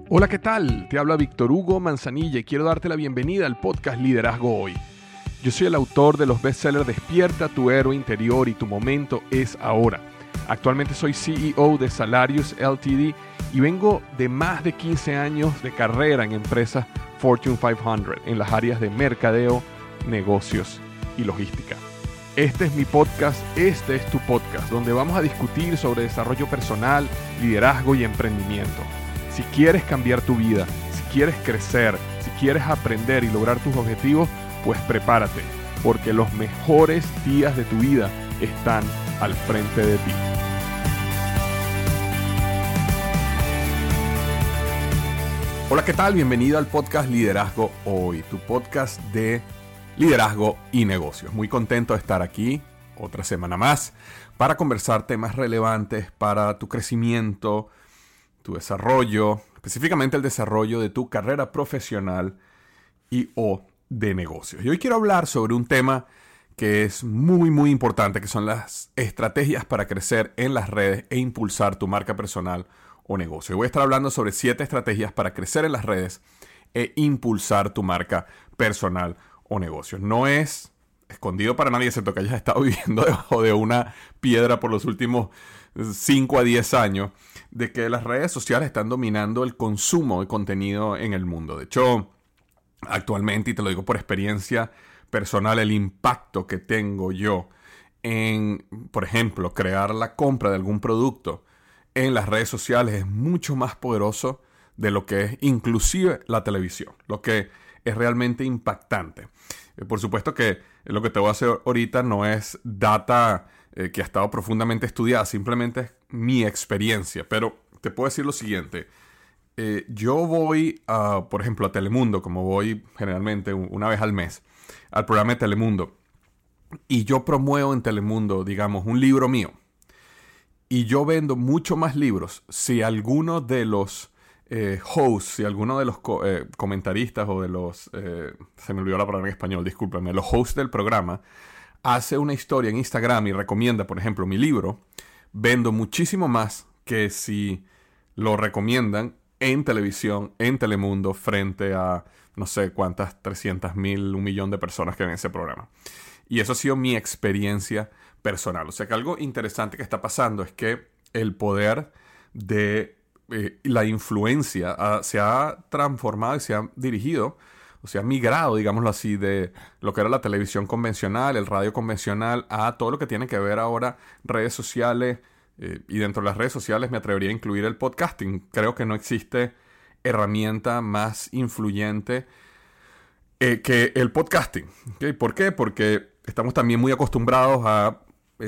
Hola, ¿qué tal? Te habla Víctor Hugo Manzanilla y quiero darte la bienvenida al podcast Liderazgo Hoy. Yo soy el autor de los bestsellers Despierta tu héroe interior y Tu momento es ahora. Actualmente soy CEO de Salarius Ltd y vengo de más de 15 años de carrera en empresas Fortune 500 en las áreas de mercadeo, negocios y logística. Este es mi podcast, este es tu podcast, donde vamos a discutir sobre desarrollo personal, liderazgo y emprendimiento. Si quieres cambiar tu vida, si quieres crecer, si quieres aprender y lograr tus objetivos, pues prepárate, porque los mejores días de tu vida están al frente de ti. Hola, ¿qué tal? Bienvenido al podcast Liderazgo Hoy, tu podcast de liderazgo y negocios. Muy contento de estar aquí otra semana más para conversar temas relevantes para tu crecimiento, tu desarrollo, específicamente el desarrollo de tu carrera profesional y o de negocios. Y hoy quiero hablar sobre un tema que es muy importante, que son las estrategias para crecer en las redes e impulsar tu marca personal o negocio. Y voy a estar hablando sobre 7 estrategias para crecer en las redes e impulsar tu marca personal o negocio. No es escondido para nadie, excepto que hayas estado viviendo debajo de una piedra por los últimos 5 a 10 años, de que las redes sociales están dominando el consumo de contenido en el mundo. De hecho, actualmente, y te lo digo por experiencia personal, el impacto que tengo yo en, por ejemplo, crear la compra de algún producto en las redes sociales es mucho más poderoso de lo que es inclusive la televisión, lo que es realmente impactante. Por supuesto que lo que te voy a hacer ahorita no es data que ha estado profundamente estudiada, simplemente es mi experiencia, pero te puedo decir lo siguiente. Yo voy, por ejemplo, a Telemundo, como voy generalmente una vez al mes, al programa de Telemundo, y yo promuevo en Telemundo, digamos, un libro mío, y yo vendo mucho más libros si alguno de los hosts, si alguno de los comentaristas o de los, se me olvidó la palabra en español, discúlpame, los hosts del programa, hace una historia en Instagram y recomienda, por ejemplo, mi libro, vendo muchísimo más que si lo recomiendan en televisión, en Telemundo, frente a no sé cuántas, 300,000, 1,000,000 de personas que ven ese programa. Y eso ha sido mi experiencia personal. O sea que algo interesante que está pasando es que el poder de la influencia se ha transformado y se ha dirigido, o sea, ha migrado, digámoslo así, de lo que era la televisión convencional, el radio convencional, a todo lo que tiene que ver ahora redes sociales. Y dentro de las redes sociales me atrevería a incluir el podcasting. Creo que no existe herramienta más influyente que el podcasting. ¿Okay? ¿Por qué? Porque estamos también muy acostumbrados a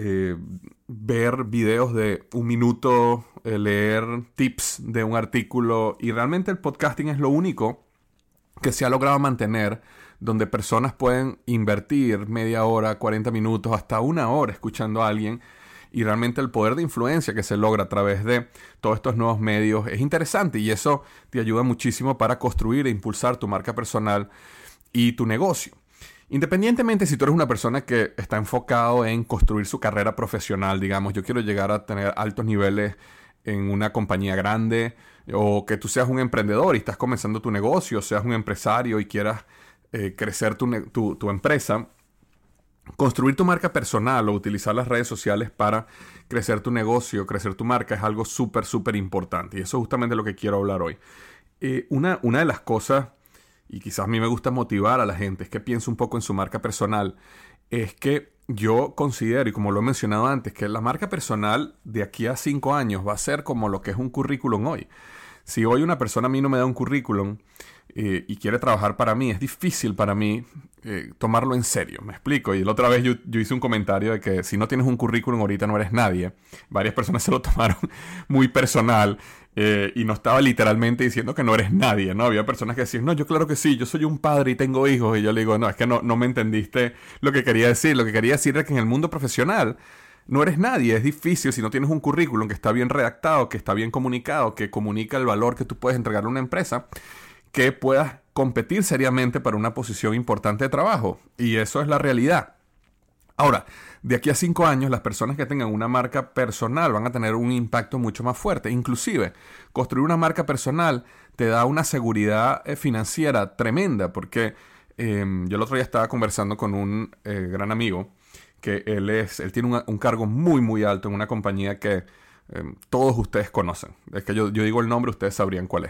ver videos de un minuto, leer tips de un artículo, y realmente el podcasting es lo único que se ha logrado mantener, donde personas pueden invertir media hora, 40 minutos, hasta una hora escuchando a alguien. Y realmente el poder de influencia que se logra a través de todos estos nuevos medios es interesante, y eso te ayuda muchísimo para construir e impulsar tu marca personal y tu negocio. Independientemente si tú eres una persona que está enfocado en construir su carrera profesional, digamos, yo quiero llegar a tener altos niveles en una compañía grande, o que tú seas un emprendedor y estás comenzando tu negocio, seas un empresario y quieras crecer tu empresa. Construir tu marca personal o utilizar las redes sociales para crecer tu negocio, crecer tu marca, es algo súper importante. Y eso es justamente lo que quiero hablar hoy. Una de las cosas, y quizás a mí me gusta motivar a la gente, es que piense un poco en su marca personal. Es que yo considero, y como lo he mencionado antes, que la marca personal de aquí a 5 años va a ser como lo que es un currículum hoy. Si hoy una persona a mí no me da un currículum y quiere trabajar para mí, es difícil para mí tomarlo en serio, ¿me explico? Y la otra vez yo hice un comentario de que si no tienes un currículum ahorita no eres nadie. Varias personas se lo tomaron muy personal y no estaba literalmente diciendo que no eres nadie, ¿no? Había personas que decían, no, yo claro que sí, yo soy un padre y tengo hijos. Y yo le digo, no, es que no me entendiste lo que quería decir. Lo que quería decir es que en el mundo profesional no eres nadie. Es difícil si no tienes un currículum que está bien redactado, que está bien comunicado, que comunica el valor que tú puedes entregarle a una empresa, que puedas competir seriamente para una posición importante de trabajo. Y eso es la realidad. Ahora, de aquí a 5 años, las personas que tengan una marca personal van a tener un impacto mucho más fuerte. Inclusive, construir una marca personal te da una seguridad financiera tremenda, porque yo el otro día estaba conversando con un gran amigo, que él tiene un cargo muy, muy alto en una compañía que todos ustedes conocen. Es que yo digo el nombre, ustedes sabrían cuál es.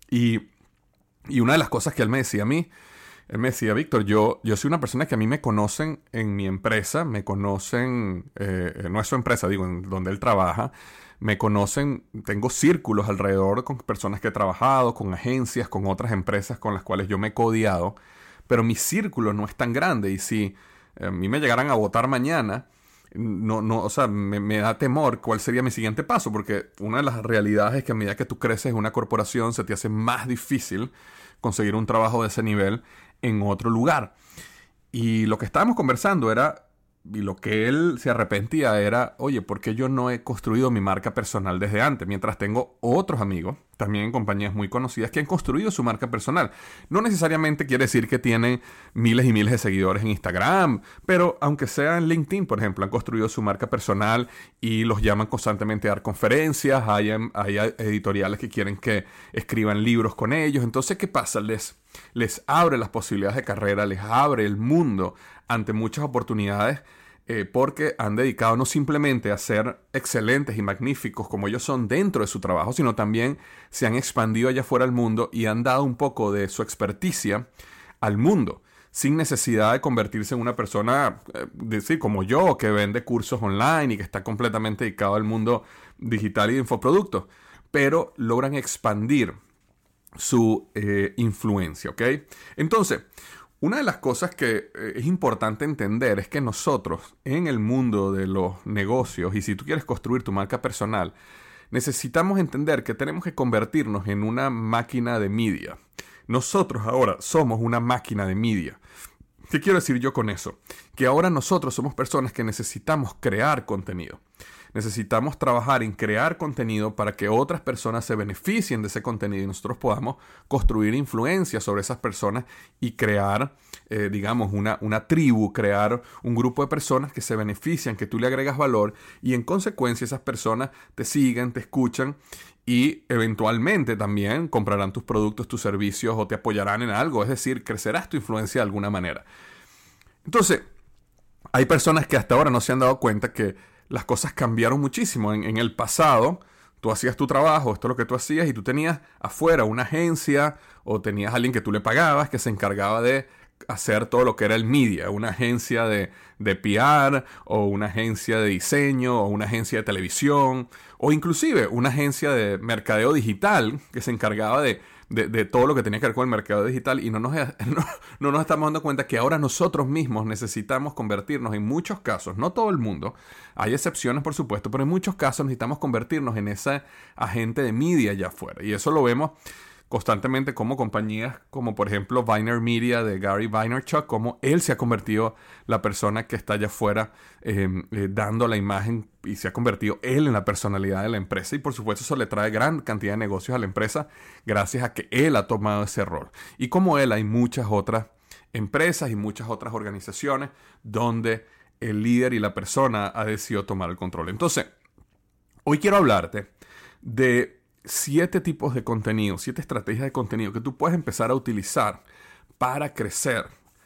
Y una de las cosas que él me decía a mí, él me decía, Víctor, yo soy una persona que a mí me conocen en mi empresa, me conocen, no es su empresa, digo, en donde él trabaja, me conocen, tengo círculos alrededor con personas que he trabajado, con agencias, con otras empresas con las cuales yo me he codeado, pero mi círculo no es tan grande y si a mí me llegaran a votar mañana, o sea, me da temor cuál sería mi siguiente paso, porque una de las realidades es que a medida que tú creces en una corporación se te hace más difícil conseguir un trabajo de ese nivel en otro lugar. Y lo que estábamos conversando era, y lo que él se arrepentía era, oye, ¿por qué yo no he construido mi marca personal desde antes? Mientras tengo otros amigos, también en compañías muy conocidas, que han construido su marca personal. No necesariamente quiere decir que tienen miles y miles de seguidores en Instagram, pero aunque sea en LinkedIn, por ejemplo, han construido su marca personal y los llaman constantemente a dar conferencias, hay editoriales que quieren que escriban libros con ellos. Entonces, ¿qué pasa? Les abre las posibilidades de carrera, les abre el mundo ante muchas oportunidades porque han dedicado no simplemente a ser excelentes y magníficos como ellos son dentro de su trabajo, sino también se han expandido allá afuera al mundo y han dado un poco de su experticia al mundo, sin necesidad de convertirse en una persona, decir, como yo, que vende cursos online y que está completamente dedicado al mundo digital y de infoproductos, pero logran expandir su influencia, ¿ok? Entonces, una de las cosas que es importante entender es que nosotros, en el mundo de los negocios, y si tú quieres construir tu marca personal, necesitamos entender que tenemos que convertirnos en una máquina de media. Nosotros ahora somos una máquina de media. ¿Qué quiero decir yo con eso? Que ahora nosotros somos personas que necesitamos crear contenido. Necesitamos trabajar en crear contenido para que otras personas se beneficien de ese contenido y nosotros podamos construir influencia sobre esas personas y crear, digamos, una tribu, crear un grupo de personas que se benefician, que tú le agregas valor y en consecuencia esas personas te siguen, te escuchan y eventualmente también comprarán tus productos, tus servicios o te apoyarán en algo. Es decir, crecerás tu influencia de alguna manera. Entonces, hay personas que hasta ahora no se han dado cuenta que las cosas cambiaron muchísimo. En el pasado, tú hacías tu trabajo, esto es lo que tú hacías, y tú tenías afuera una agencia o tenías a alguien que tú le pagabas que se encargaba de hacer todo lo que era el media, una agencia de PR o una agencia de diseño o una agencia de televisión o inclusive una agencia de mercadeo digital que se encargaba de todo lo que tenía que ver con el mercado digital y no nos estamos dando cuenta que ahora nosotros mismos necesitamos convertirnos en muchos casos, no todo el mundo, hay excepciones por supuesto, pero en muchos casos necesitamos convertirnos en ese agente de media allá afuera y eso lo vemos constantemente como compañías como por ejemplo VaynerMedia de Gary Vaynerchuk, como él se ha convertido la persona que está allá afuera dando la imagen y se ha convertido él en la personalidad de la empresa y por supuesto eso le trae gran cantidad de negocios a la empresa gracias a que él ha tomado ese rol. Y como él hay muchas otras empresas y muchas otras organizaciones donde el líder y la persona ha decidido tomar el control. Entonces, hoy quiero hablarte de 7 tipos de contenido, 7 estrategias de contenido que tú puedes empezar a utilizar para crecer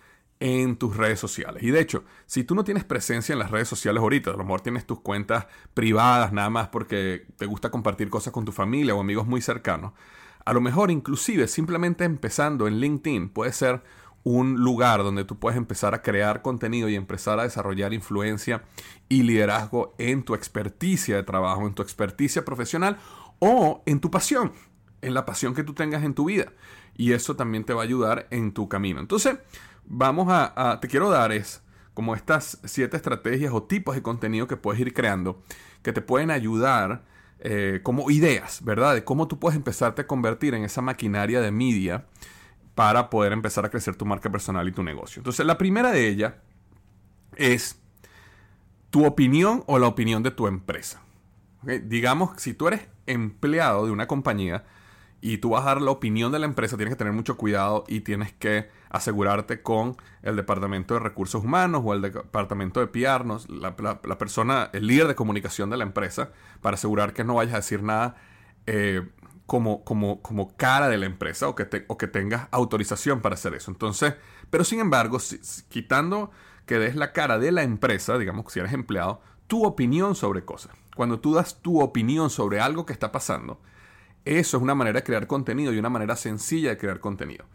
en tus redes sociales. Y de hecho, si tú no tienes presencia en las redes sociales ahorita, a lo mejor tienes tus cuentas privadas nada más porque te gusta compartir cosas con tu familia o amigos muy cercanos, a lo mejor inclusive simplemente empezando en LinkedIn puede ser un lugar donde tú puedes empezar a crear contenido y empezar a desarrollar influencia y liderazgo en tu experticia de trabajo, en tu experticia profesional o en tu pasión, en la pasión que tú tengas en tu vida. Y eso también te va a ayudar en tu camino. Entonces, te quiero dar como estas 7 estrategias o tipos de contenido que puedes ir creando, que te pueden ayudar como ideas, ¿verdad? De cómo tú puedes empezarte a convertir en esa maquinaria de media para poder empezar a crecer tu marca personal y tu negocio. Entonces, la primera de ellas es tu opinión o la opinión de tu empresa. ¿Okay? Digamos, si tú eres empleado de una compañía y tú vas a dar la opinión de la empresa, tienes que tener mucho cuidado y tienes que asegurarte con el departamento de recursos humanos o el departamento de PR, ¿no? la persona, el líder de comunicación de la empresa, para asegurar que no vayas a decir nada como cara de la empresa o que tengas autorización para hacer eso. Entonces, pero sin embargo, quitando que des la cara de la empresa, digamos que si eres empleado, tu opinión sobre cosas. Cuando tú das tu opinión sobre algo que está pasando, eso es una manera de crear contenido y una manera sencilla de crear contenido.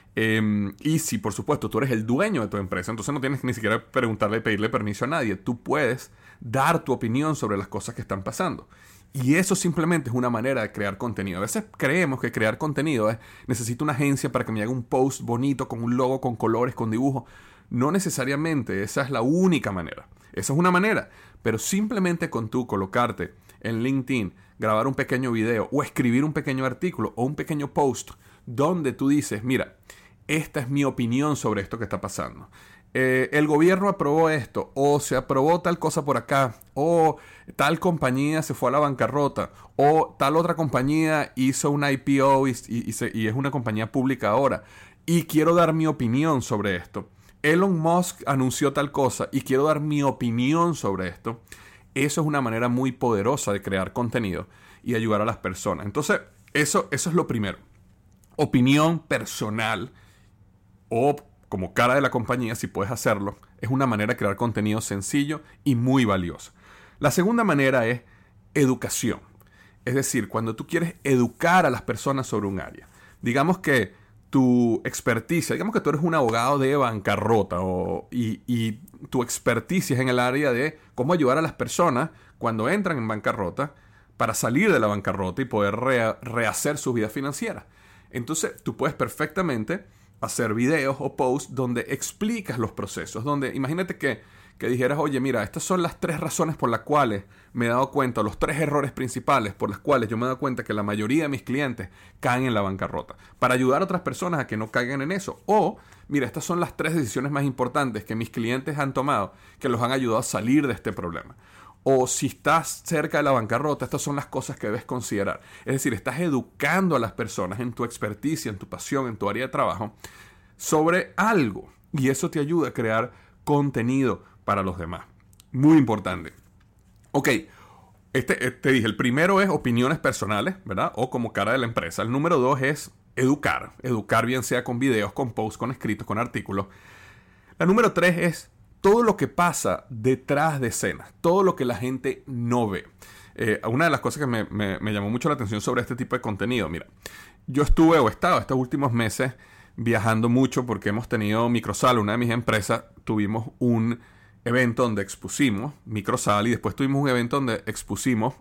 Y si, por supuesto, tú eres el dueño de tu empresa, entonces no tienes que ni siquiera preguntarle y pedirle permiso a nadie. Tú puedes dar tu opinión sobre las cosas que están pasando. Y eso simplemente es una manera de crear contenido. A veces creemos que crear contenido es, necesito una agencia para que me haga un post bonito, con un logo, con colores, con dibujos. No necesariamente esa es la única manera. Esa es una manera. Pero simplemente con tú colocarte en LinkedIn, grabar un pequeño video o escribir un pequeño artículo o un pequeño post donde tú dices, mira, esta es mi opinión sobre esto que está pasando. El gobierno aprobó esto, o se aprobó tal cosa por acá, o tal compañía se fue a la bancarrota, o tal otra compañía hizo una IPO y es una compañía pública ahora, y quiero dar mi opinión sobre esto. Elon Musk anunció tal cosa y quiero dar mi opinión sobre esto. Eso es una manera muy poderosa de crear contenido y ayudar a las personas. Entonces, eso es lo primero. Opinión personal o como cara de la compañía, si puedes hacerlo, es una manera de crear contenido sencillo y muy valioso. La segunda manera es educación. Es decir, cuando tú quieres educar a las personas sobre un área. Digamos que tu experticia, digamos que tú eres un abogado de bancarrota y tu experticia es en el área de cómo ayudar a las personas cuando entran en bancarrota para salir de la bancarrota y poder rehacer su vida financiera. Entonces, tú puedes perfectamente hacer videos o posts donde explicas los procesos, donde imagínate que dijeras, oye, mira, estas son las 3 razones por las cuales me he dado cuenta, los 3 errores principales por las cuales yo me he dado cuenta que la mayoría de mis clientes caen en la bancarrota, para ayudar a otras personas a que no caigan en eso. O, mira, estas son las 3 decisiones más importantes que mis clientes han tomado, que los han ayudado a salir de este problema. O si estás cerca de la bancarrota, estas son las cosas que debes considerar. Es decir, estás educando a las personas en tu experticia, en tu pasión, en tu área de trabajo, sobre algo. Y eso te ayuda a crear contenido para los demás. Muy importante. Ok, te dije, el primero es opiniones personales, ¿verdad? O como cara de la empresa. El número 2 es educar. Educar bien sea con videos, con posts, con escritos, con artículos. La número 3 es todo lo que pasa detrás de escenas, todo lo que la gente no ve. Una de las cosas que me llamó mucho la atención sobre este tipo de contenido, mira, yo he estado estos últimos meses viajando mucho porque hemos tenido Microsal, una de mis empresas, tuvimos un evento donde expusimos Microsal y después tuvimos un evento donde expusimos,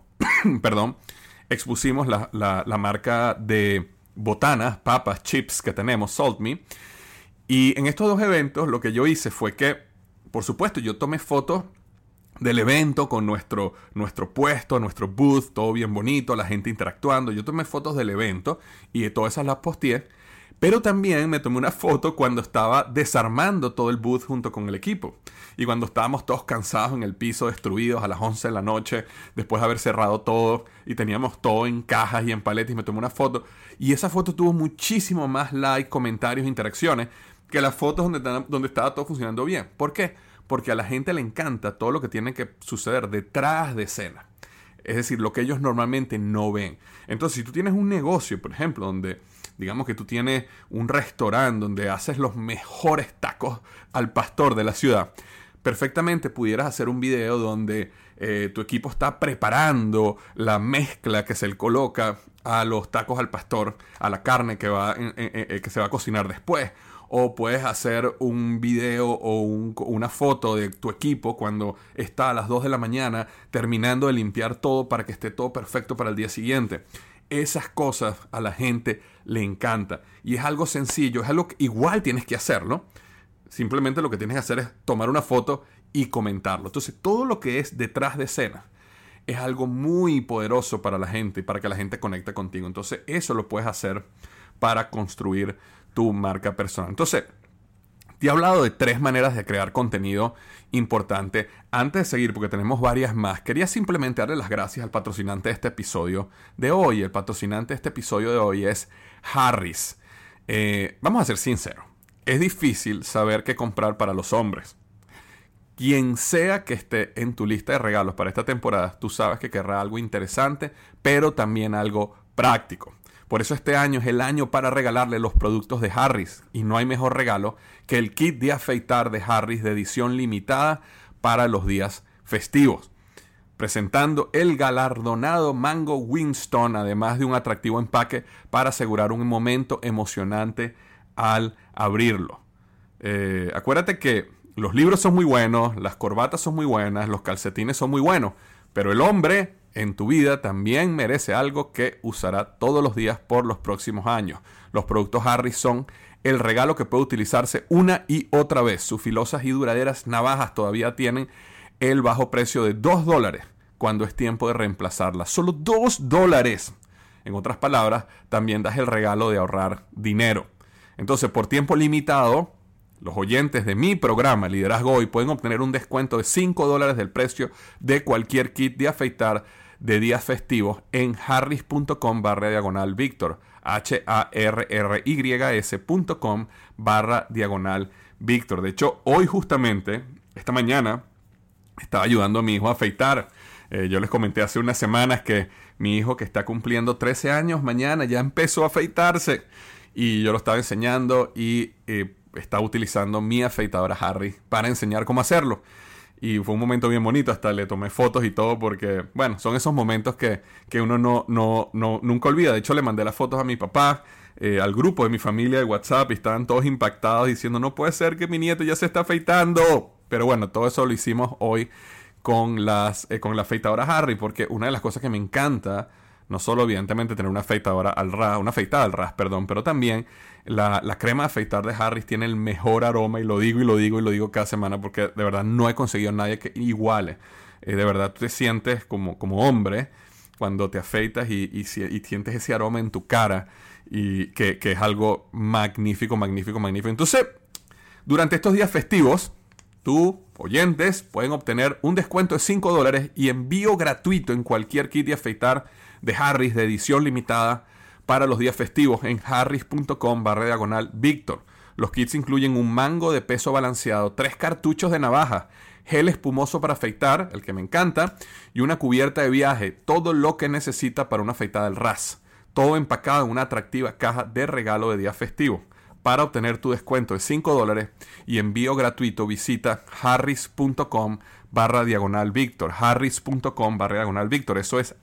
expusimos la marca de botanas, papas, chips que tenemos, Salt Me. Y en estos 2 eventos lo que yo hice fue que, por supuesto, yo tomé fotos del evento con nuestro puesto, nuestro booth, todo bien bonito, la gente interactuando. Yo tomé fotos del evento y todas esas las posteé. Pero también me tomé una foto cuando estaba desarmando todo el booth junto con el equipo. Y cuando estábamos todos cansados en el piso, destruidos a las 11 de la noche, después de haber cerrado todo y teníamos todo en cajas y en paletas, y me tomé una foto. Y esa foto tuvo muchísimo más likes, comentarios, interacciones que las fotos donde estaba todo funcionando bien. ¿Por qué? Porque a la gente le encanta todo lo que tiene que suceder detrás de escena. Es decir, lo que ellos normalmente no ven. Entonces, si tú tienes un negocio, por ejemplo, donde digamos que tú tienes un restaurante donde haces los mejores tacos al pastor de la ciudad, perfectamente pudieras hacer un video donde tu equipo está preparando la mezcla que se le coloca a los tacos al pastor, a la carne que se va a cocinar después. O puedes hacer un video o una foto de tu equipo cuando está a las 2 de la mañana terminando de limpiar todo para que esté todo perfecto para el día siguiente. Esas cosas a la gente le encanta. Y es algo sencillo, es algo que igual tienes que hacerlo. Simplemente lo que tienes que hacer es tomar una foto y comentarlo. Entonces, todo lo que es detrás de escena es algo muy poderoso para la gente y para que la gente conecte contigo. Entonces, eso lo puedes hacer para construir tu marca personal. Entonces, Te he hablado de 3 maneras de crear contenido importante. Antes de seguir, porque tenemos varias más, quería simplemente darle las gracias al patrocinante de este episodio de hoy. El patrocinante de este episodio de hoy es Harris. Vamos a ser sinceros. Es difícil saber qué comprar para los hombres. Quien sea que esté en tu lista de regalos para esta temporada, tú sabes que querrá algo interesante, pero también algo práctico. Por eso este año es el año para regalarle los productos de Harris. Y no hay mejor regalo que el kit de afeitar de Harris de edición limitada para los días festivos. Presentando el galardonado Mango Winston, además de un atractivo empaque para asegurar un momento emocionante al abrirlo. Acuérdate que los libros son muy buenos, las corbatas son muy buenas, los calcetines son muy buenos, pero el hombre en tu vida también merece algo que usará todos los días por los próximos años. Los productos Harris son el regalo que puede utilizarse una y otra vez. Sus filosas y duraderas navajas todavía tienen el bajo precio de $2 cuando es tiempo de reemplazarlas. Solo $2. En otras palabras, también das el regalo de ahorrar dinero. Entonces, por tiempo limitado, los oyentes de mi programa Liderazgo Hoy pueden obtener un descuento de $5 del precio de cualquier kit de afeitar de días festivos en harris.com/Víctor. harrys.com/Víctor. De hecho, hoy justamente, esta mañana, estaba ayudando a mi hijo a afeitar. Yo les comenté hace unas semanas que mi hijo, que está cumpliendo 13 años mañana, ya empezó a afeitarse. Y yo lo estaba enseñando y estaba utilizando mi afeitadora Harris para enseñar cómo hacerlo. Y fue un momento bien bonito, hasta le tomé fotos y todo porque, bueno, son esos momentos que uno nunca olvida. De hecho, le mandé las fotos a mi papá, al grupo de mi familia de WhatsApp, y estaban todos impactados diciendo, no puede ser que mi nieto ya se está afeitando. Pero bueno, todo eso lo hicimos hoy con la afeitadora Harris, porque una de las cosas que me encanta, no solo evidentemente tener una afeitada al ras, pero también la crema de afeitar de Harris tiene el mejor aroma, y lo digo cada semana, porque de verdad no he conseguido a nadie que iguale. De verdad tú te sientes como hombre cuando te afeitas y sientes ese aroma en tu cara, y que es algo magnífico. Entonces, durante estos días festivos, tú, oyentes, pueden obtener un descuento de $5 y envío gratuito en cualquier kit de afeitar de Harris de edición limitada para los días festivos en harris.com/Víctor. Los kits incluyen un mango de peso balanceado, 3 cartuchos de navaja, gel espumoso para afeitar, el que me encanta, y una cubierta de viaje, todo lo que necesita para una afeitada al ras. Todo empacado en una atractiva caja de regalo de día festivo. Para obtener tu descuento de $5 y envío gratuito, visita harris.com/Víctor. harris.com/Víctor. Eso es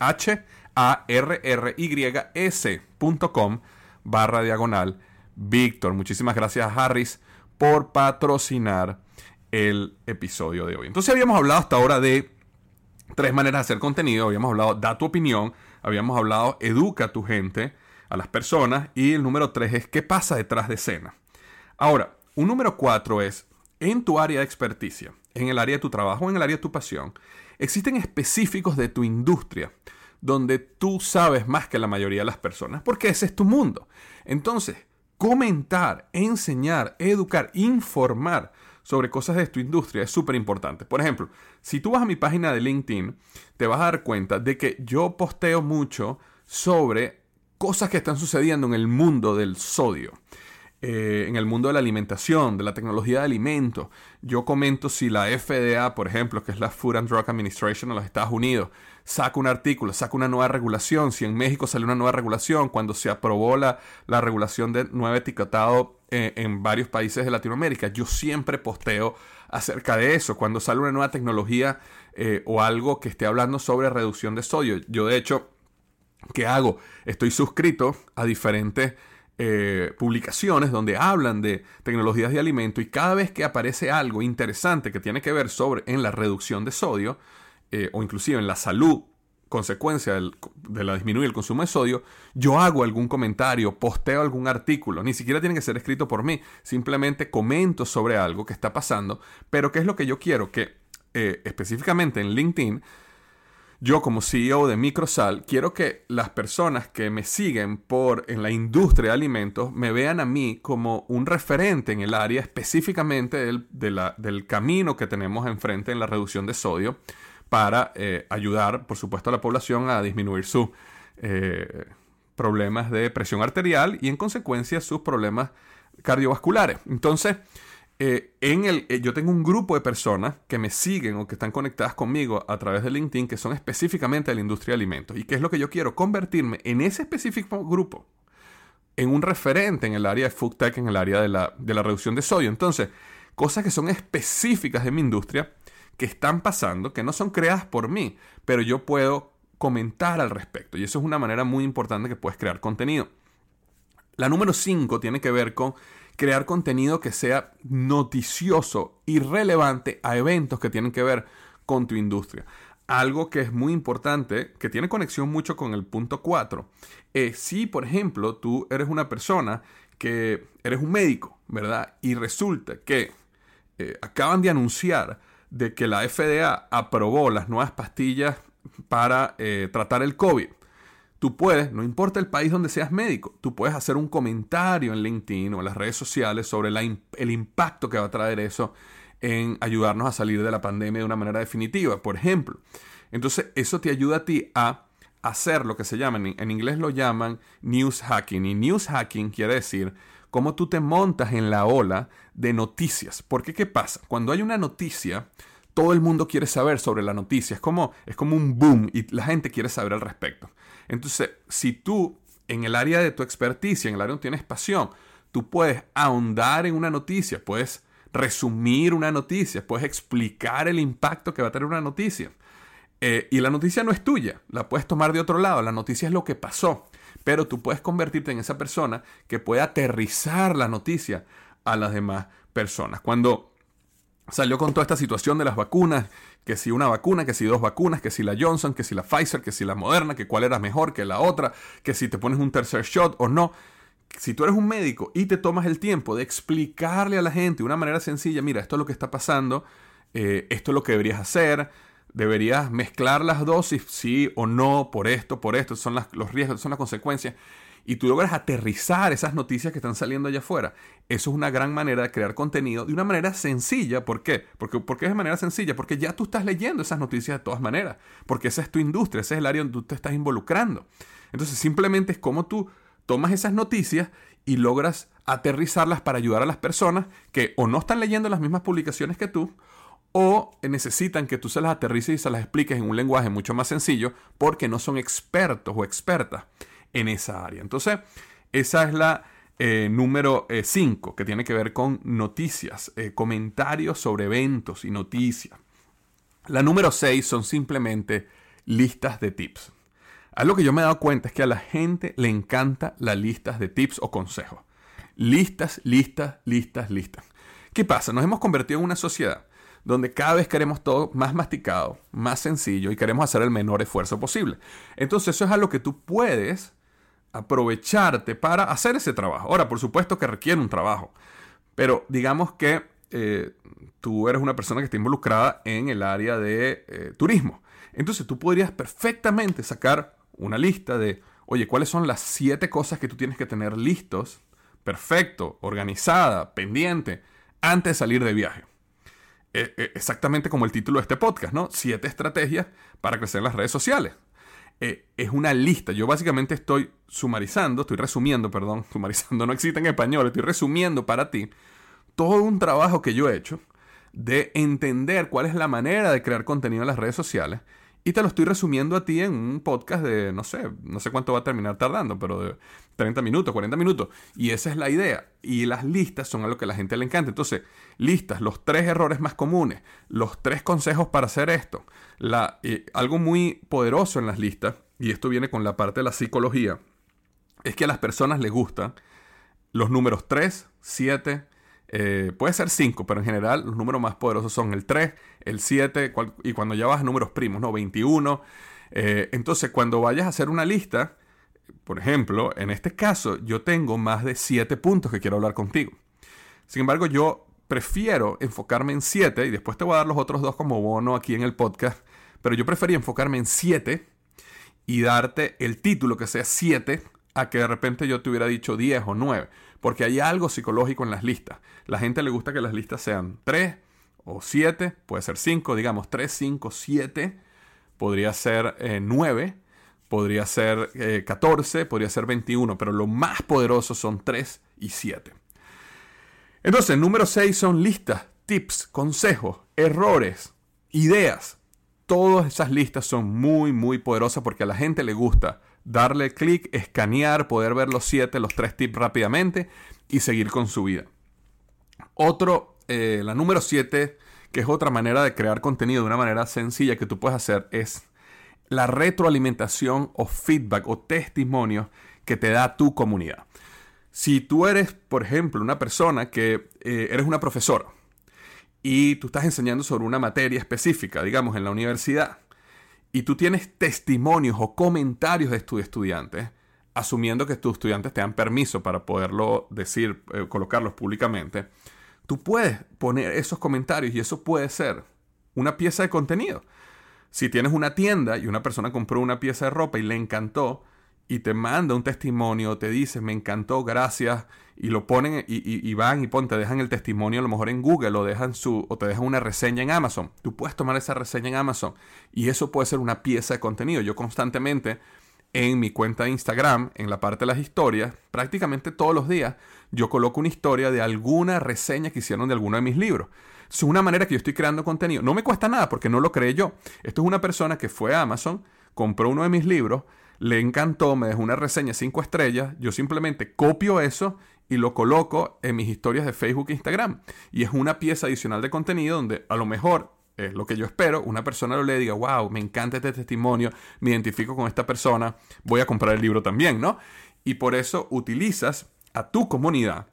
harrys.com/Víctor. Muchísimas gracias a Harris por patrocinar el episodio de hoy. Entonces habíamos hablado hasta ahora de 3 maneras de hacer contenido. Habíamos hablado da tu opinión. Habíamos hablado educa a tu gente, a las personas. Y el número 3 es qué pasa detrás de escena. Ahora, un número 4 es en tu área de experticia, en el área de tu trabajo, en el área de tu pasión. Existen específicos de tu industria donde tú sabes más que la mayoría de las personas, porque ese es tu mundo. Entonces, comentar, enseñar, educar, informar sobre cosas de tu industria es súper importante. Por ejemplo, si tú vas a mi página de LinkedIn, te vas a dar cuenta de que yo posteo mucho sobre cosas que están sucediendo en el mundo del sodio. En el mundo de la alimentación, de la tecnología de alimentos. Yo comento si la FDA, por ejemplo, que es la Food and Drug Administration de los Estados Unidos, saca un artículo, saca una nueva regulación. Si en México salió una nueva regulación, cuando se aprobó la regulación de nuevo etiquetado en varios países de Latinoamérica, yo siempre posteo acerca de eso. Cuando sale una nueva tecnología o algo que esté hablando sobre reducción de sodio. Yo, de hecho, ¿qué hago? Estoy suscrito a diferentes publicaciones donde hablan de tecnologías de alimento, y cada vez que aparece algo interesante que tiene que ver en la reducción de sodio o inclusive en la salud, consecuencia de la disminuir el consumo de sodio, yo hago algún comentario, posteo algún artículo. Ni siquiera tiene que ser escrito por mí, simplemente comento sobre algo que está pasando. Pero ¿qué es lo que yo quiero? Que específicamente en LinkedIn yo como CEO de Microsal quiero que las personas que me siguen en la industria de alimentos me vean a mí como un referente en el área específicamente del camino que tenemos enfrente en la reducción de sodio para ayudar, por supuesto, a la población a disminuir sus problemas de presión arterial y en consecuencia sus problemas cardiovasculares. Entonces, yo tengo un grupo de personas que me siguen o que están conectadas conmigo a través de LinkedIn que son específicamente de la industria de alimentos. ¿Y qué es lo que yo quiero? Convertirme en ese específico grupo, en un referente en el área de food tech, en el área de la reducción de sodio. Entonces, cosas que son específicas de mi industria, que están pasando, que no son creadas por mí, pero yo puedo comentar al respecto. Y eso es una manera muy importante que puedes crear contenido. La número 5 tiene que ver con crear contenido que sea noticioso y relevante a eventos que tienen que ver con tu industria. Algo que es muy importante, que tiene conexión mucho con el punto 4, es si, por ejemplo, tú eres una persona que eres un médico, ¿verdad? Y resulta que acaban de anunciar de que la FDA aprobó las nuevas pastillas para tratar el COVID. Tú puedes, no importa el país donde seas médico, tú puedes hacer un comentario en LinkedIn o en las redes sociales sobre el impacto que va a traer eso en ayudarnos a salir de la pandemia de una manera definitiva, por ejemplo. Entonces, eso te ayuda a ti a hacer lo que se llama, en inglés lo llaman news hacking. Y news hacking quiere decir cómo tú te montas en la ola de noticias. Porque, ¿qué pasa? Cuando hay una noticia, todo el mundo quiere saber sobre la noticia. Es como un boom y la gente quiere saber al respecto. Entonces, si tú, en el área de tu experticia, en el área donde tienes pasión, tú puedes ahondar en una noticia, puedes resumir una noticia, puedes explicar el impacto que va a tener una noticia. Y la noticia no es tuya, la puedes tomar de otro lado, la noticia es lo que pasó. Pero tú puedes convertirte en esa persona que puede aterrizar la noticia a las demás personas. Cuando salió con toda esta situación de las vacunas, que si una vacuna, que si dos vacunas, que si la Johnson, que si la Pfizer, que si la Moderna, que cuál era mejor que la otra, que si te pones un tercer shot o no. Si tú eres un médico y te tomas el tiempo de explicarle a la gente de una manera sencilla, mira, esto es lo que está pasando, esto es lo que deberías hacer, deberías mezclar las dosis, sí o no, por esto, son los riesgos, son las consecuencias. Y tú logras aterrizar esas noticias que están saliendo allá afuera. Eso es una gran manera de crear contenido de una manera sencilla. ¿Por qué? ¿Por qué es de manera sencilla? Porque ya tú estás leyendo esas noticias de todas maneras. Porque esa es tu industria, ese es el área donde tú te estás involucrando. Entonces simplemente es como tú tomas esas noticias y logras aterrizarlas para ayudar a las personas que o no están leyendo las mismas publicaciones que tú o necesitan que tú se las aterrices y se las expliques en un lenguaje mucho más sencillo porque no son expertos o expertas en esa área. Entonces, esa es la número 5, que tiene que ver con noticias, comentarios sobre eventos y noticias. La número 6 son simplemente listas de tips. Algo que yo me he dado cuenta es que a la gente le encanta las listas de tips o consejos. Listas. ¿Qué pasa? Nos hemos convertido en una sociedad donde cada vez queremos todo más masticado, más sencillo y queremos hacer el menor esfuerzo posible. Entonces, eso es algo que tú puedes aprovecharte para hacer ese trabajo. Ahora, por supuesto que requiere un trabajo, pero digamos que tú eres una persona que está involucrada en el área de turismo. Entonces tú podrías perfectamente sacar una lista de, oye, ¿cuáles son las 7 cosas que tú tienes que tener listos, perfecto, organizada, pendiente, antes de salir de viaje? Exactamente como el título de este podcast, ¿no? 7 estrategias para crecer en las redes sociales. Es una lista. Yo básicamente estoy resumiendo no existe en español, estoy resumiendo para ti todo un trabajo que yo he hecho de entender cuál es la manera de crear contenido en las redes sociales y te lo estoy resumiendo a ti en un podcast de, no sé cuánto va a terminar tardando, pero de 30 minutos, 40 minutos. Y esa es la idea. Y las listas son algo que a la gente le encanta. Entonces, listas, los 3 errores más comunes, los 3 consejos para hacer esto. Algo muy poderoso en las listas, y esto viene con la parte de la psicología, es que a las personas les gustan los números 3, 7, puede ser 5, pero en general los números más poderosos son el 3, el 7, y cuando ya vas a números primos, ¿no? 21. Entonces, cuando vayas a hacer una lista, por ejemplo, en este caso, yo tengo más de 7 puntos que quiero hablar contigo. Sin embargo, yo prefiero enfocarme en 7 y después te voy a dar los otros 2 como bono aquí en el podcast, pero yo prefería enfocarme en 7 y darte el título que sea 7 a que de repente yo te hubiera dicho 10 o 9, porque hay algo psicológico en las listas. La gente le gusta que las listas sean 3 o 7, puede ser 5, digamos 3, 5, 7, podría ser 9, podría ser 14, podría ser 21, pero lo más poderoso son 3 y 7. Entonces, número 6 son listas, tips, consejos, errores, ideas. Todas esas listas son muy, muy poderosas porque a la gente le gusta darle clic, escanear, poder ver los 7, los 3 tips rápidamente y seguir con su vida. La número 7, que es otra manera de crear contenido de una manera sencilla que tú puedes hacer, es la retroalimentación o feedback o testimonio que te da tu comunidad. Si tú eres, por ejemplo, una persona que eres una profesora y tú estás enseñando sobre una materia específica, digamos en la universidad, y tú tienes testimonios o comentarios de tus estudiantes, asumiendo que tus estudiantes te dan permiso para poderlo decir, colocarlos públicamente, tú puedes poner esos comentarios y eso puede ser una pieza de contenido. Si tienes una tienda y una persona compró una pieza de ropa y le encantó y te manda un testimonio, te dice, me encantó, gracias, y lo ponen y van y te dejan el testimonio a lo mejor en Google o te dejan una reseña en Amazon. Tú puedes tomar esa reseña en Amazon y eso puede ser una pieza de contenido. Yo constantemente en mi cuenta de Instagram, en la parte de las historias, prácticamente todos los días, yo coloco una historia de alguna reseña que hicieron de alguno de mis libros. Es una manera que yo estoy creando contenido. No me cuesta nada porque no lo creé yo. Esto es una persona que fue a Amazon, compró uno de mis libros, le encantó, me dejó una reseña 5 estrellas, yo simplemente copio eso y lo coloco en mis historias de Facebook e Instagram. Y es una pieza adicional de contenido donde a lo mejor es lo que yo espero, una persona lo lee y diga, wow, me encanta este testimonio, me identifico con esta persona, voy a comprar el libro también, ¿no? Y por eso utilizas a tu comunidad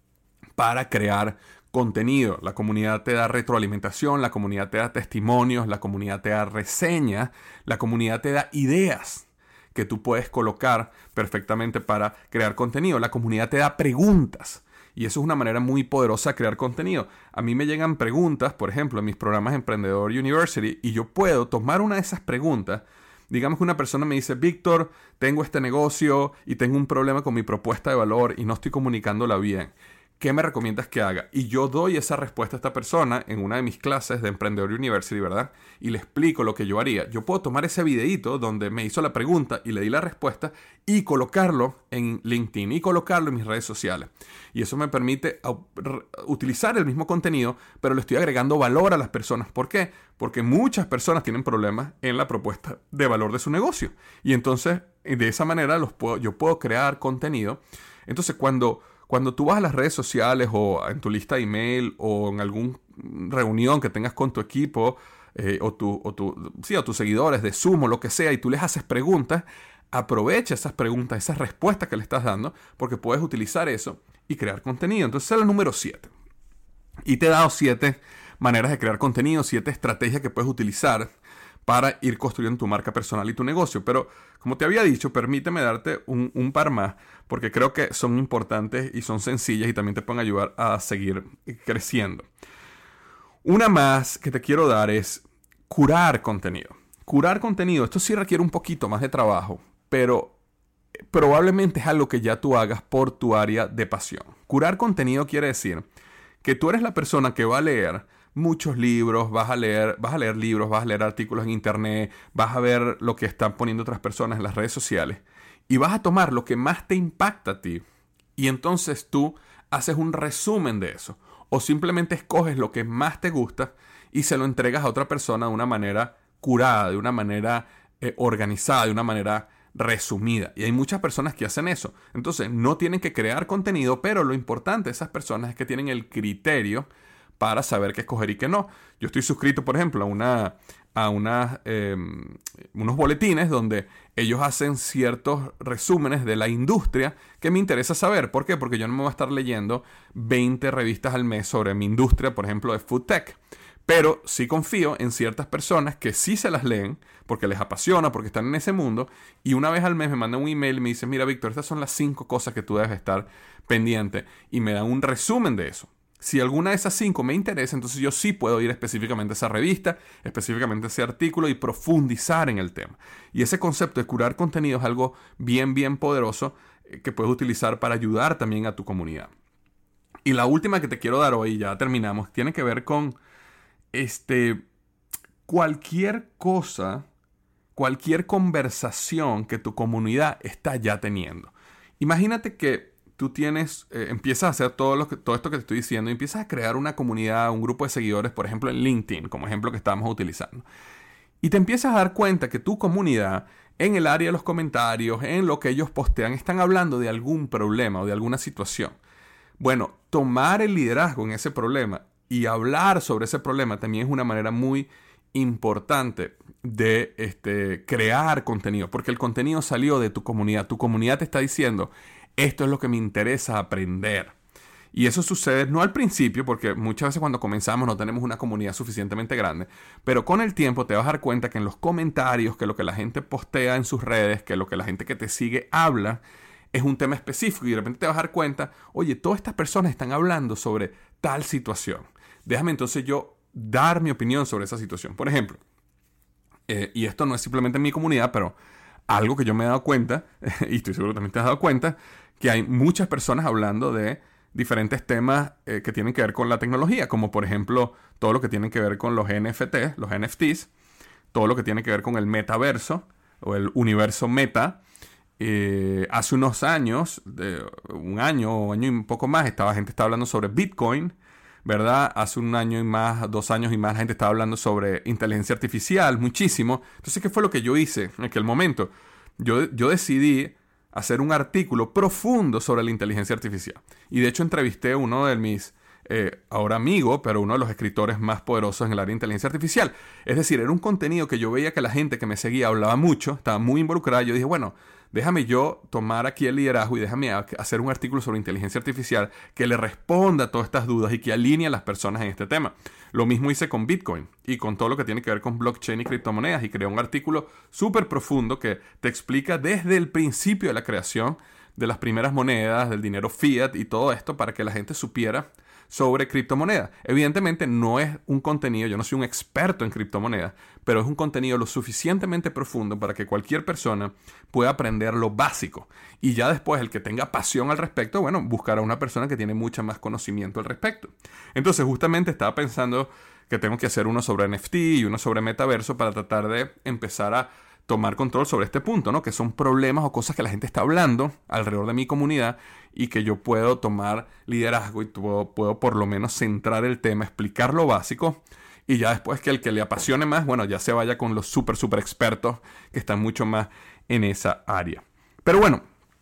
para crear contenido. La comunidad te da retroalimentación, la comunidad te da testimonios, la comunidad te da reseñas, la comunidad te da ideas que tú puedes colocar perfectamente para crear contenido. La comunidad te da preguntas y eso es una manera muy poderosa de crear contenido. A mí me llegan preguntas, por ejemplo, en mis programas Emprendedor University y yo puedo tomar una de esas preguntas. Digamos que una persona me dice, Víctor, tengo este negocio y tengo un problema con mi propuesta de valor y no estoy comunicándola bien. ¿Qué me recomiendas que haga? Y yo doy esa respuesta a esta persona en una de mis clases de Emprendedor University, ¿verdad? Y le explico lo que yo haría. Yo puedo tomar ese videito donde me hizo la pregunta y le di la respuesta y colocarlo en LinkedIn y colocarlo en mis redes sociales. Y eso me permite utilizar el mismo contenido, pero le estoy agregando valor a las personas. ¿Por qué? Porque muchas personas tienen problemas en la propuesta de valor de su negocio. Y entonces, de esa manera yo puedo crear contenido. Entonces, cuando tú vas a las redes sociales o en tu lista de email o en alguna reunión que tengas con tu equipo o tus seguidores de Zoom o lo que sea y tú les haces preguntas, aprovecha esas preguntas, esas respuestas que le estás dando porque puedes utilizar eso y crear contenido. Entonces esa es la número 7. Y te he dado 7 maneras de crear contenido, 7 estrategias que puedes utilizar para ir construyendo tu marca personal y tu negocio. Pero, como te había dicho, permíteme darte un par más, porque creo que son importantes y son sencillas y también te pueden ayudar a seguir creciendo. Una más que te quiero dar es curar contenido. Curar contenido, esto sí requiere un poquito más de trabajo, pero probablemente es algo que ya tú hagas por tu área de pasión. Curar contenido quiere decir que tú eres la persona que va a leer muchos libros, vas a leer libros, vas a leer artículos en internet, vas a ver lo que están poniendo otras personas en las redes sociales y vas a tomar lo que más te impacta a ti y entonces tú haces un resumen de eso o simplemente escoges lo que más te gusta y se lo entregas a otra persona de una manera curada, de una manera organizada, de una manera resumida. Y hay muchas personas que hacen eso. Entonces no tienen que crear contenido, pero lo importante de esas personas es que tienen el criterio para saber qué escoger y qué no. Yo estoy suscrito, por ejemplo, a unos boletines donde ellos hacen ciertos resúmenes de la industria que me interesa saber. ¿Por qué? Porque yo no me voy a estar leyendo 20 revistas al mes sobre mi industria, por ejemplo, de food tech. Pero sí confío en ciertas personas que sí se las leen porque les apasiona, porque están en ese mundo y una vez al mes me mandan un email y me dicen, mira Víctor, estas son las 5 cosas que tú debes estar pendiente y me dan un resumen de eso. Si alguna de esas 5 me interesa, entonces yo sí puedo ir específicamente a esa revista, específicamente a ese artículo y profundizar en el tema. Y ese concepto de curar contenido es algo bien, bien poderoso que puedes utilizar para ayudar también a tu comunidad. Y la última que te quiero dar hoy, ya terminamos, tiene que ver con cualquier cosa, cualquier conversación que tu comunidad está ya teniendo. Imagínate que tú empiezas a hacer todo esto que te estoy diciendo y empiezas a crear una comunidad, un grupo de seguidores, por ejemplo en LinkedIn, como ejemplo que estamos utilizando. Y te empiezas a dar cuenta que tu comunidad, en el área de los comentarios, en lo que ellos postean, están hablando de algún problema o de alguna situación. Bueno, tomar el liderazgo en ese problema y hablar sobre ese problema también es una manera muy importante de crear contenido, porque el contenido salió de tu comunidad. Tu comunidad te está diciendo, esto es lo que me interesa aprender. Y eso sucede no al principio, porque muchas veces cuando comenzamos no tenemos una comunidad suficientemente grande, pero con el tiempo te vas a dar cuenta que en los comentarios, que lo que la gente postea en sus redes, que lo que la gente que te sigue habla, es un tema específico y de repente te vas a dar cuenta, oye, todas estas personas están hablando sobre tal situación. Déjame entonces yo dar mi opinión sobre esa situación. Por ejemplo, y esto no es simplemente en mi comunidad, pero algo que yo me he dado cuenta, y estoy seguro que también te has dado cuenta, que hay muchas personas hablando de diferentes temas que tienen que ver con la tecnología, como por ejemplo todo lo que tiene que ver con los NFT, los NFTs, todo lo que tiene que ver con el metaverso o el universo meta. Hace unos años, un año o año y un poco más, gente estaba hablando sobre Bitcoin, ¿verdad? Hace un año y más, 2 años y más, la gente estaba hablando sobre inteligencia artificial, muchísimo. Entonces, ¿qué fue lo que yo hice en aquel momento? Yo decidí hacer un artículo profundo sobre la inteligencia artificial. Y de hecho entrevisté a uno de mis, ahora amigo, pero uno de los escritores más poderosos en el área de inteligencia artificial. Es decir, era un contenido que yo veía que la gente que me seguía hablaba mucho, estaba muy involucrada. Yo dije, bueno, déjame yo tomar aquí el liderazgo y déjame hacer un artículo sobre inteligencia artificial que le responda a todas estas dudas y que alinee a las personas en este tema. Lo mismo hice con Bitcoin y con todo lo que tiene que ver con blockchain y criptomonedas, y creé un artículo súper profundo que te explica desde el principio de la creación de las primeras monedas, del dinero fiat y todo esto para que la gente supiera sobre criptomonedas. Evidentemente no es un contenido, yo no soy un experto en criptomonedas, pero es un contenido lo suficientemente profundo para que cualquier persona pueda aprender lo básico. Y ya después el que tenga pasión al respecto, bueno, buscará a una persona que tiene mucho más conocimiento al respecto. Entonces justamente estaba pensando que tengo que hacer uno sobre NFT y uno sobre metaverso para tratar de empezar a tomar control sobre este punto, ¿no? Que son problemas o cosas que la gente está hablando alrededor de mi comunidad y que yo puedo tomar liderazgo y puedo por lo menos centrar el tema, explicar lo básico, y ya después que el que le apasione más, bueno, ya se vaya con los súper expertos que están mucho más en esa área. Pero bueno,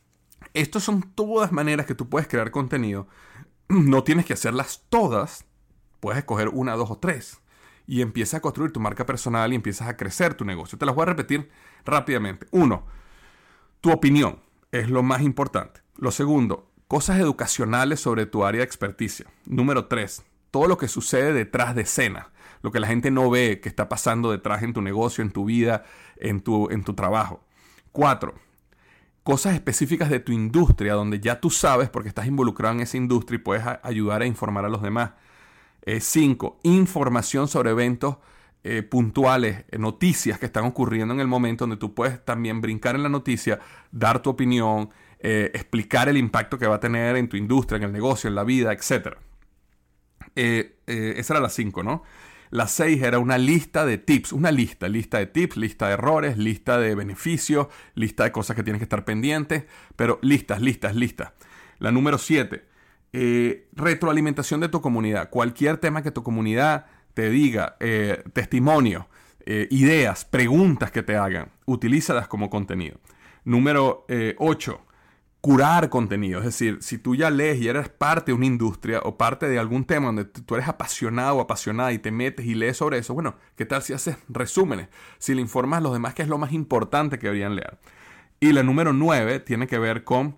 estas son todas maneras que tú puedes crear contenido. No tienes que hacerlas todas, puedes escoger 1, 2 o 3. Y empiezas a construir tu marca personal y empiezas a crecer tu negocio. Te las voy a repetir rápidamente. 1, tu opinión es lo más importante. Lo segundo, cosas educacionales sobre tu área de experticia. Número 3, todo lo que sucede detrás de escena. Lo que la gente no ve que está pasando detrás en tu negocio, en tu vida, en tu trabajo. 4, cosas específicas de tu industria donde ya tú sabes porque estás involucrado en esa industria y puedes ayudar a informar a los demás. 5, información sobre eventos puntuales, noticias que están ocurriendo en el momento, donde tú puedes también brincar en la noticia, dar tu opinión, explicar el impacto que va a tener en tu industria, en el negocio, en la vida, etc. Esa era la 5, ¿no? La 6 era una lista de tips, lista de tips, lista de errores, lista de beneficios, lista de cosas que tienes que estar pendientes, pero listas. La número 7, retroalimentación de tu comunidad. Cualquier tema que tu comunidad te diga, testimonio, ideas, preguntas que te hagan, utilízalas como contenido. Número 8, curar contenido. Es decir, si tú ya lees y eres parte de una industria o parte de algún tema donde tú eres apasionado o apasionada y te metes y lees sobre eso, bueno, ¿qué tal si haces resúmenes? Si le informas a los demás qué es lo más importante que deberían leer. Y la número 9 tiene que ver con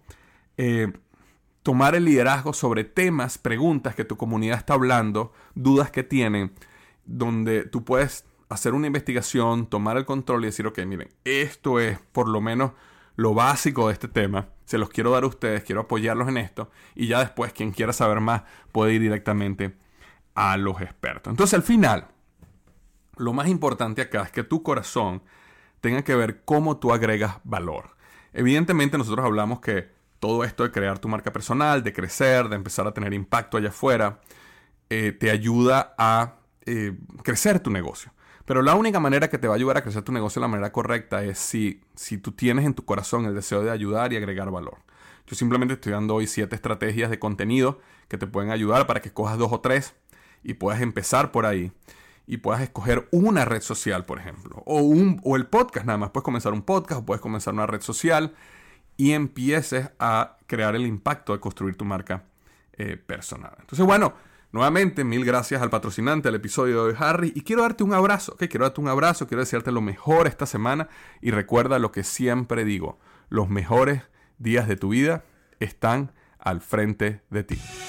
tomar el liderazgo sobre temas, preguntas que tu comunidad está hablando, dudas que tienen, donde tú puedes hacer una investigación, tomar el control y decir, ok, miren, esto es por lo menos lo básico de este tema. se los quiero dar a ustedes, quiero apoyarlos en esto, y ya después quien quiera saber más puede ir directamente a los expertos. Entonces al final, lo más importante acá es que tu corazón tenga que ver cómo tú agregas valor. Evidentemente nosotros hablamos que todo esto de crear tu marca personal, de crecer, de empezar a tener impacto allá afuera, te ayuda a crecer tu negocio. Pero la única manera que te va a ayudar a crecer tu negocio de la manera correcta es si tú tienes en tu corazón el deseo de ayudar y agregar valor. Yo simplemente estoy dando hoy 7 estrategias de contenido que te pueden ayudar para que cojas 2 o 3 y puedas empezar por ahí. Y puedas escoger una red social, por ejemplo. O el podcast, nada más. Puedes comenzar un podcast o puedes comenzar una red social y empieces a crear el impacto de construir tu marca personal. Entonces, bueno, nuevamente, 1000 gracias al patrocinante del episodio de hoy, Harry. Y quiero darte un abrazo, ¿ok? Quiero desearte lo mejor esta semana. Y recuerda lo que siempre digo. Los mejores días de tu vida están al frente de ti.